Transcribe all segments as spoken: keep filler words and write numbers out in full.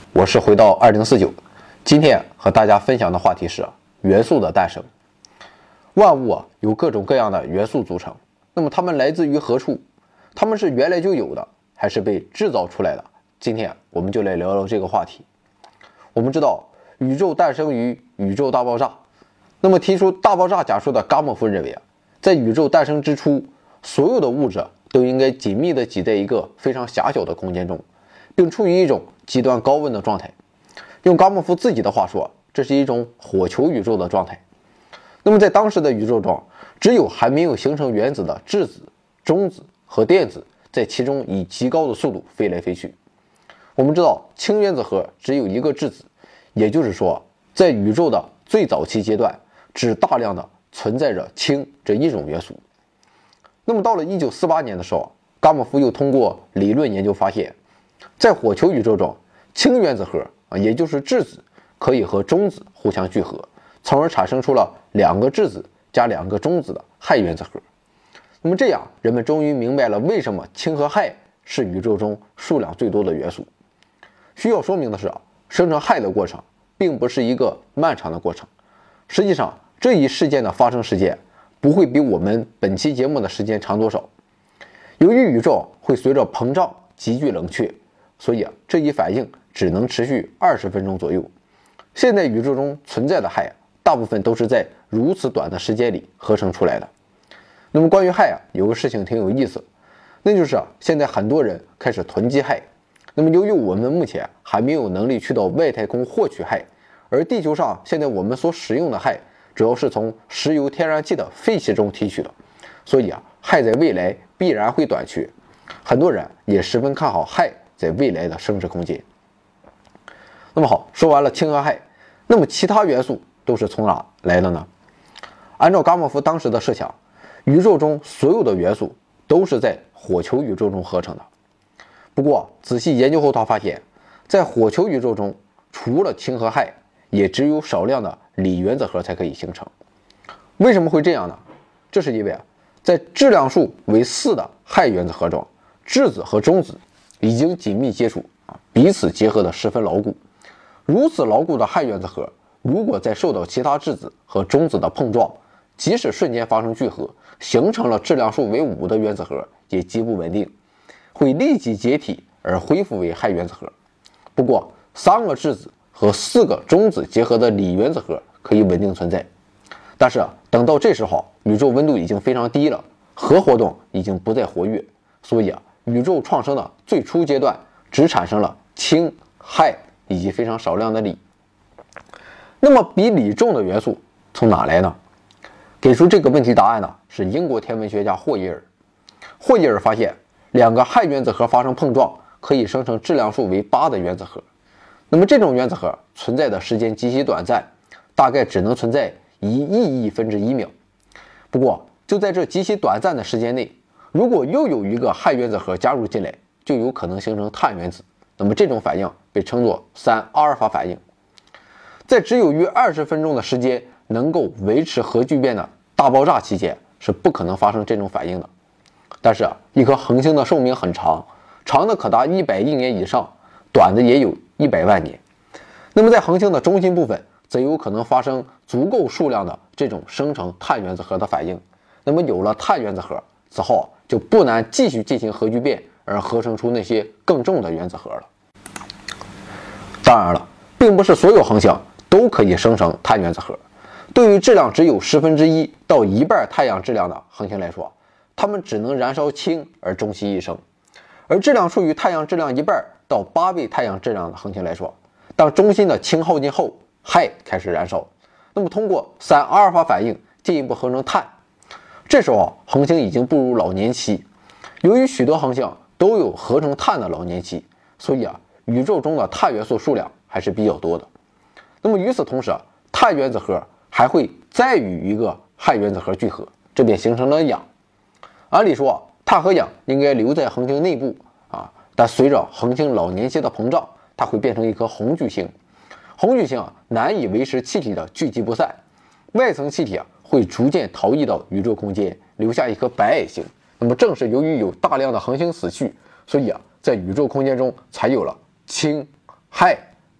我是回到二零四九，今天和大家分享的话题是元素的诞生。万物啊由各种各样的元素组成，那么它们来自于何处？它们是原来就有的，还是被制造出来的？今天我们就来聊聊这个话题。我们知道宇宙诞生于宇宙大爆炸，那么提出大爆炸假说的伽莫夫认为啊，在宇宙诞生之初，所有的物质都应该紧密地挤在一个非常狭小的空间中，并处于一种极端高温的状态。用伽莫夫自己的话说，这是一种火球宇宙的状态。那么在当时的宇宙中，只有还没有形成原子的质子、中子和电子在其中以极高的速度飞来飞去。我们知道氢原子核只有一个质子，也就是说在宇宙的最早期阶段，只大量的存在着氢这一种元素。那么到了一九四八年的时候，伽莫夫又通过理论研究发现，在火球宇宙中，氢原子核啊，也就是质子可以和中子互相聚合，从而产生出了两个质子加两个中子的氦原子核。那么这样，人们终于明白了为什么氢和氦是宇宙中数量最多的元素。需要说明的是啊，生成氦的过程并不是一个漫长的过程。实际上，这一事件的发生时间不会比我们本期节目的时间长多少。由于宇宙会随着膨胀急剧冷却，所以啊，这一反应只能持续二十分钟左右。现在宇宙中存在的氦大部分都是在如此短的时间里合成出来的。那么关于氦啊，有个事情挺有意思，那就是啊，现在很多人开始囤积氦。那么由于我们目前还没有能力去到外太空获取氦，而地球上现在我们所使用的氦主要是从石油天然气的废气中提取的，所以啊，氦在未来必然会短缺。很多人也十分看好氦在未来的升值空间。那么好，说完了氢和氦，那么其他元素都是从哪来的呢？按照伽莫夫当时的设想，宇宙中所有的元素都是在火球宇宙中合成的。不过仔细研究后，他发现，在火球宇宙中，除了氢和氦，也只有少量的锂原子核才可以形成。为什么会这样呢？这是因为啊，在质量数为四的氦原子核中，质子和中子已经紧密接触啊，彼此结合得十分牢固。如此牢固的氦原子核，如果再受到其他质子和中子的碰撞，即使瞬间发生聚合，形成了质量数为五的原子核，也极不稳定，会立即解体而恢复为氦原子核。不过，三个质子和四个中子结合的锂原子核可以稳定存在。但是等到这时候，宇宙温度已经非常低了，核活动已经不再活跃，所以啊，宇宙创生的最初阶段只产生了氢、氦以及非常少量的锂。那么比锂重的元素从哪来呢？给出这个问题答案呢是英国天文学家霍伊尔。霍伊尔发现，两个氦原子核发生碰撞，可以生成质量数为八的原子核。那么这种原子核存在的时间极其短暂，大概只能存在一亿亿分之一秒。不过就在这极其短暂的时间内，如果又有一个氦原子核加入进来，就有可能形成碳原子。那么这种反应被称作三阿尔法反应。在只有约二十分钟的时间能够维持核聚变的大爆炸期间，是不可能发生这种反应的。但是啊，一颗恒星的寿命很长，长的可达一百亿年以上，短的也有一百万年。那么在恒星的中心部分，则有可能发生足够数量的这种生成碳原子核的反应。那么有了碳原子核，此后就不难继续进行核聚变，而合成出那些更重的原子核了。当然了，并不是所有恒星都可以生成碳原子核。对于质量只有十分之一到一半太阳质量的恒星来说，它们只能燃烧氢而终其一生。而质量处于太阳质量一半到八倍太阳质量的恒星来说，当中心的氢耗尽后，氦开始燃烧，那么通过三阿尔法反应进一步合成碳。这时候恒星已经步入老年期。由于许多恒星都有合成碳的老年期，所以啊，宇宙中的碳元素数量还是比较多的。那么与此同时啊，碳原子核还会再与一个氦原子核聚合，这便形成了氧。按理说，碳和氧应该留在恒星内部啊，但随着恒星老年期的膨胀，它会变成一颗红巨星。红巨星啊，难以维持气体的聚集不散，外层气体啊会逐渐逃逸到宇宙空间，留下一颗白矮星。那么正是由于有大量的恒星死去，所以啊，在宇宙空间中才有了氢、氦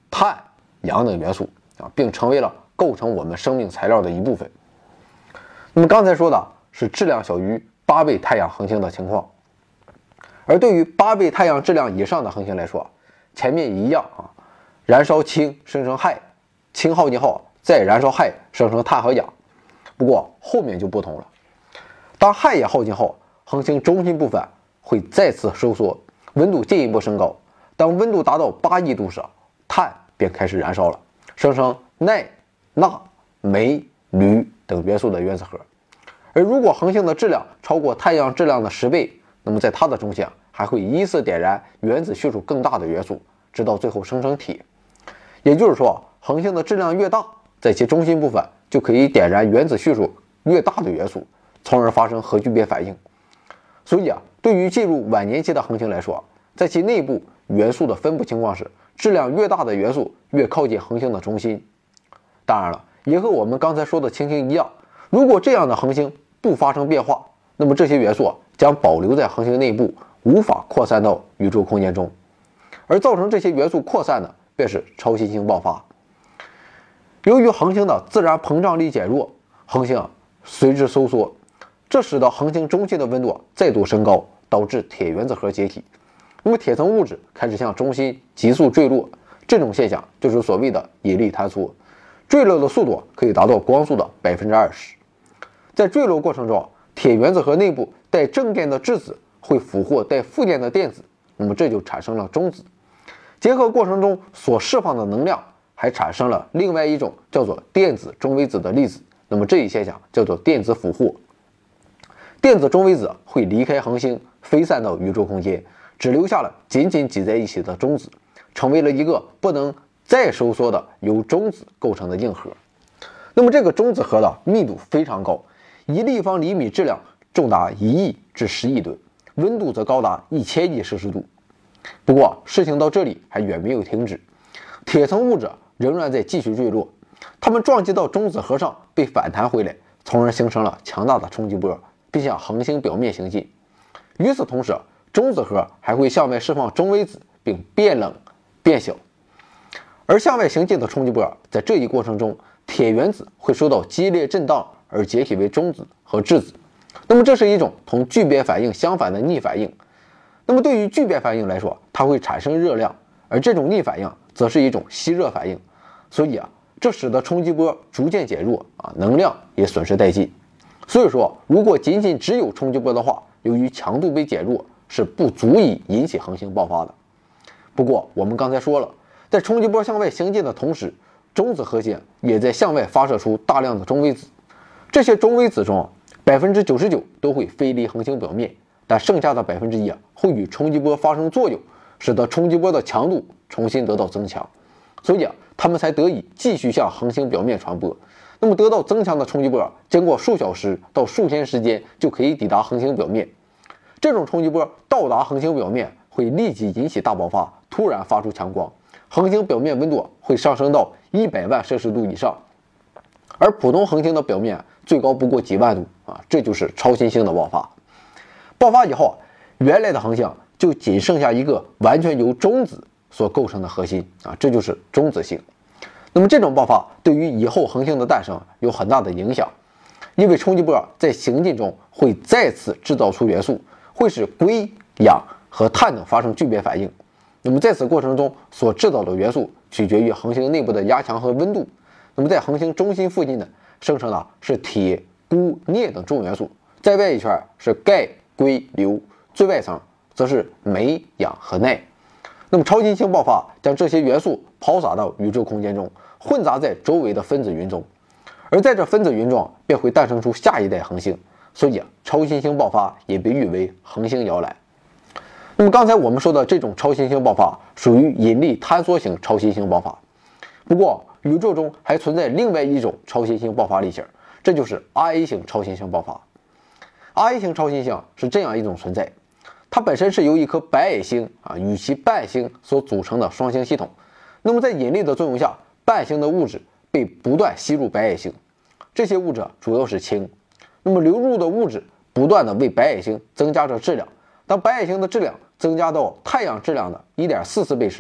碳、氧等元素啊，并成为了构成我们生命材料的一部分。那么刚才说的是质量小于八倍太阳恒星的情况，而对于八倍太阳质量以上的恒星来说，前面一样啊，燃烧氢生成氦，氢耗尽后再燃烧氦生成碳和氧。不过后面就不同了，当氦也耗尽后，恒星中心部分会再次收缩，温度进一步升高。当温度达到八亿度时，碳便开始燃烧了，生成氖、钠、镁、铝等元素的原子核。而如果恒星的质量超过太阳质量的十倍，那么在它的中心还会依次点燃原子序数更大的元素，直到最后生成铁。也就是说，恒星的质量越大，在其中心部分就可以点燃原子序数越大的元素，从而发生核聚变反应。所以啊，对于进入晚年期的恒星来说，在其内部元素的分布情况是，质量越大的元素越靠近恒星的中心。当然了，也和我们刚才说的情形一样，如果这样的恒星不发生变化，那么这些元素将保留在恒星内部，无法扩散到宇宙空间中。而造成这些元素扩散的便是超新星爆发。由于恒星的自然膨胀力减弱，恒星随之收缩，这使得恒星中心的温度再度升高，导致铁原子核解体。那么铁层物质开始向中心急速坠落，这种现象就是所谓的引力坍缩，坠落的速度可以达到光速的 百分之二十。 在坠落过程中，铁原子核内部带正电的质子会俘获带负电的电子，那么这就产生了中子。结合过程中所释放的能量，还产生了另外一种叫做电子中微子的粒子，那么这一现象叫做电子俘获。电子中微子会离开恒星，飞散到宇宙空间，只留下了紧紧挤在一起的中子，成为了一个不能再收缩的由中子构成的硬核。那么这个中子核的密度非常高，一立方厘米质量重达一亿至十亿吨，温度则高达一千亿摄氏度。不过事情到这里还远没有停止，铁层物质仍然在继续坠落，它们撞击到中子核上被反弹回来，从而形成了强大的冲击波，并向恒星表面行进。与此同时，中子核还会向外释放中微子，并变冷变小。而向外行进的冲击波，在这一过程中，铁原子会受到激烈震荡而解体为中子和质子。那么这是一种同聚变反应相反的逆反应。那么对于聚变反应来说，它会产生热量，而这种逆反应则是一种吸热反应。所以啊，这使得冲击波逐渐减弱啊，能量也损失殆尽。所以说，如果仅仅只有冲击波的话，由于强度被减弱，是不足以引起恒星爆发的。不过我们刚才说了，在冲击波向外行进的同时，中子核心也在向外发射出大量的中微子。这些中微子中 百分之九十九 都会飞离恒星表面，但剩下的 百分之一 会与冲击波发生作用，使得冲击波的强度重新得到增强，所以啊，它们才得以继续向恒星表面传播。那么得到增强的冲击波，经过数小时到数天时间就可以抵达恒星表面。这种冲击波到达恒星表面会立即引起大爆发，突然发出强光，恒星表面温度会上升到一百万摄氏度以上，而普通恒星的表面最高不过几万度啊，这就是超新星的爆发。爆发以后，原来的恒星就仅剩下一个完全由中子所构成的核心啊，这就是中子星。那么这种爆发对于以后恒星的诞生有很大的影响，因为冲击波在行进中会再次制造出元素，会使硅、氧和碳等发生聚变反应。那么在此过程中所制造的元素取决于恒星内部的压强和温度。那么在恒星中心附近呢，生成的是铁、钴、镍等重元素，在外一圈是钙、硅、硫，最外层则是镁、氧和氖。那么超新星爆发将这些元素抛洒到宇宙空间中，混杂在周围的分子云中，而在这分子云中便会诞生出下一代恒星。所以啊，超新星爆发也被誉为恒星摇篮。那么刚才我们说的这种超新星爆发属于引力坍缩型超新星爆发。不过宇宙中还存在另外一种超新星爆发类型，这就是 R A 型超新星爆发。R A 型超新星是这样一种存在，它本身是由一颗白矮星啊与其伴星所组成的双星系统。那么在引力的作用下，伴星的物质被不断吸入白矮星，这些物质主要是氢。那么流入的物质不断的为白矮星增加着质量，当白矮星的质量增加到太阳质量的 一点四四倍时，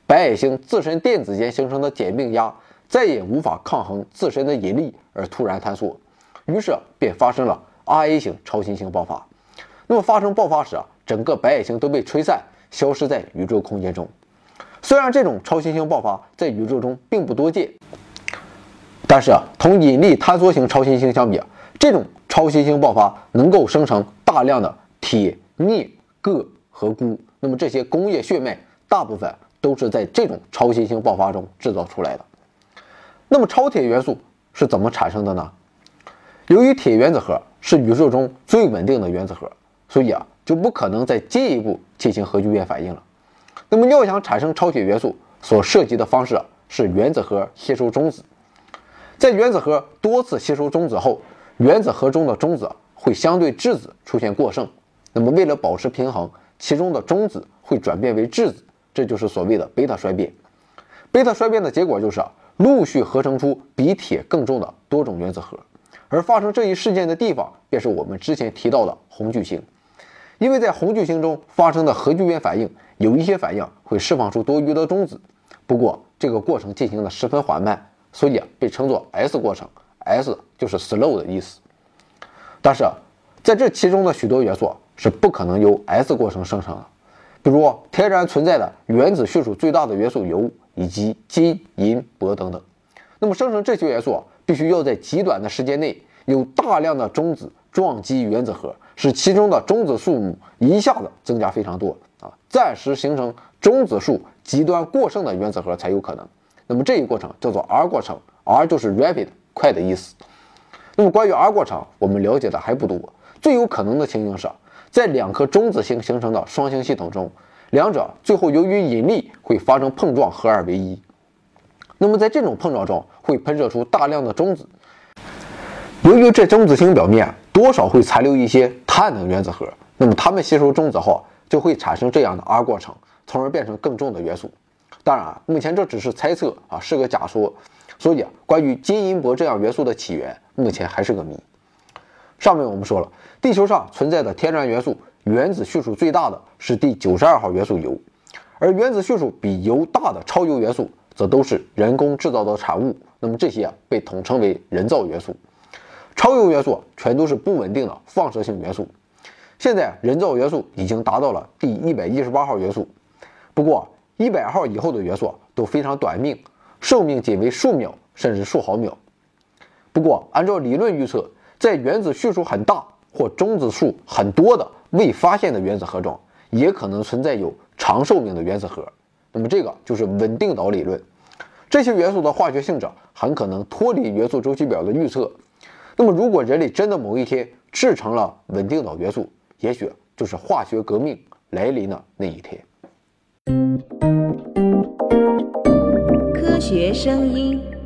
白矮星自身电子间形成的简并压再也无法抗衡自身的引力而突然坍缩，于是便发生了 R A 型超新星爆发。那么发生爆发时啊，整个白矮星都被吹散，消失在宇宙空间中。虽然这种超新星爆发在宇宙中并不多见，但是啊，同引力坍缩型超新星相比啊，这种超新星爆发能够生成大量的铁、镍、铬和钴。那么这些工业血脉大部分都是在这种超新星爆发中制造出来的。那么超铁元素是怎么产生的呢？由于铁原子核是宇宙中最稳定的原子核，所以啊就不可能再进一步进行核聚变反应了。那么要想产生超铁元素，所涉及的方式是原子核吸收中子。在原子核多次吸收中子后，原子核中的中子会相对质子出现过剩。那么为了保持平衡，其中的中子会转变为质子，这就是所谓的贝塔衰变。贝塔衰变的结果就是啊，陆续合成出比铁更重的多种原子核。而发生这一事件的地方，便是我们之前提到的红巨星。因为在红巨星中发生的核聚变反应，有一些反应会释放出多余的中子，不过这个过程进行的十分缓慢，所以啊被称作 S 过程 ，S 就是 slow 的意思。但是啊，在这其中的许多元素是不可能由 S 过程生成的，比如天然存在的原子序数最大的元素铀以及金、银、铂等等。那么生成这些元素啊，必须要在极短的时间内有大量的中子撞击原子核，使其中的中子数目一下子增加非常多啊，暂时形成中子数极端过剩的原子核才有可能。那么这一过程叫做 R 过程 ，R 就是 rapid 快的意思。那么关于 R 过程，我们了解的还不多。最有可能的情形是，在两颗中子星形成的双星系统中，两者最后由于引力会发生碰撞，合二为一。那么在这种碰撞中会喷射出大量的中子，由于这中子星表面多少会残留一些碳等原子核，那么它们吸收中子后就会产生这样的 R 过程，从而变成更重的元素。当然啊，目前这只是猜测啊，是个假说，所以啊，关于金、银、铂这样元素的起源，目前还是个谜。上面我们说了，地球上存在的天然元素，原子序数最大的是第九十二号元素铀，而原子序数比铀大的超铀元素则都是人工制造的产物，那么这些啊被统称为人造元素。超铀元素全都是不稳定的放射性元素。现在人造元素已经达到了第一百一十八号元素，不过一百号以后的元素都非常短命，寿命仅为数秒甚至数毫秒。不过按照理论预测，在原子序数很大或中子数很多的未发现的原子核中，也可能存在有长寿命的原子核。那么这个就是稳定岛理论，这些元素的化学性质很可能脱离元素周期表的预测。那么如果人类真的某一天制成了稳定岛元素，也许就是化学革命来临的那一天。 科学声音。